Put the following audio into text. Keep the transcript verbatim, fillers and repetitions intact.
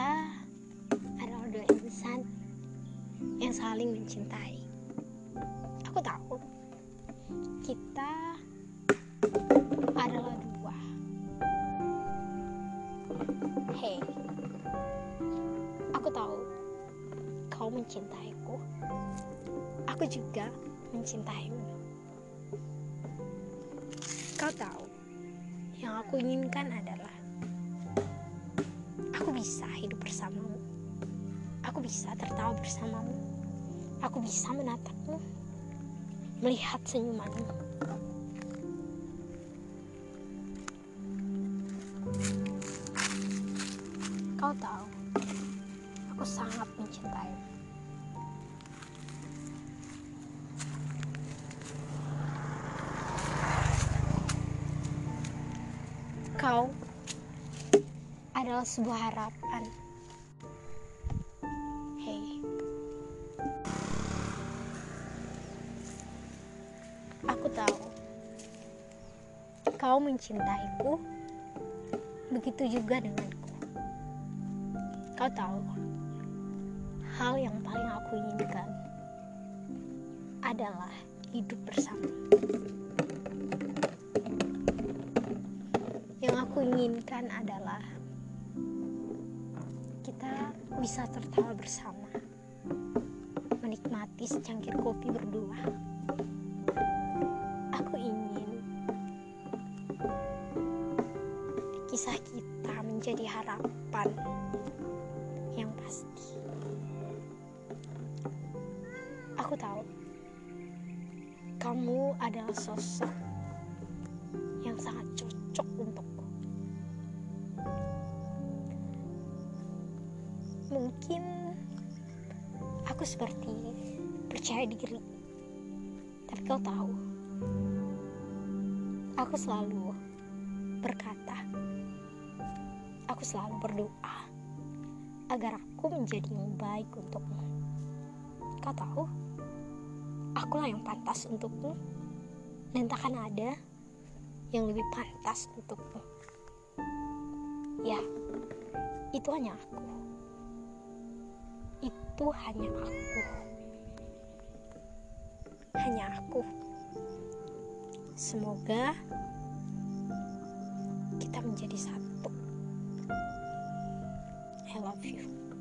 Kita adalah dua insan yang saling mencintai. Aku tahu kita adalah dua. Hey, aku tahu kau mencintaiku. Aku juga mencintaimu. Kau tahu, yang aku inginkan adalah aku bisa hidup bersamamu. Aku bisa tertawa bersamamu. Aku bisa menatapmu, melihat senyumanmu. Kau tahu, aku sangat mencintaimu. Kau adalah sebuah harapan. Hei, aku tahu kau mencintaiku, begitu juga denganku. Kau tahu, hal yang paling aku inginkan adalah hidup bersama. Yang aku inginkan adalah kita bisa tertawa bersama, menikmati secangkir kopi berdua. Aku ingin kisah kita menjadi harapan yang pasti. Aku tahu kamu adalah sosok yang sangat cocok untukku. Mungkin aku seperti percaya diri, tapi kau tahu, aku selalu berkata, aku selalu berdoa agar aku menjadi yang baik untukmu. Kau tahu, akulah yang pantas untukmu, dan takkan ada yang lebih pantas untukmu. Ya, itu hanya aku. Itu hanya aku. Hanya aku. Semoga kita menjadi satu. I love you.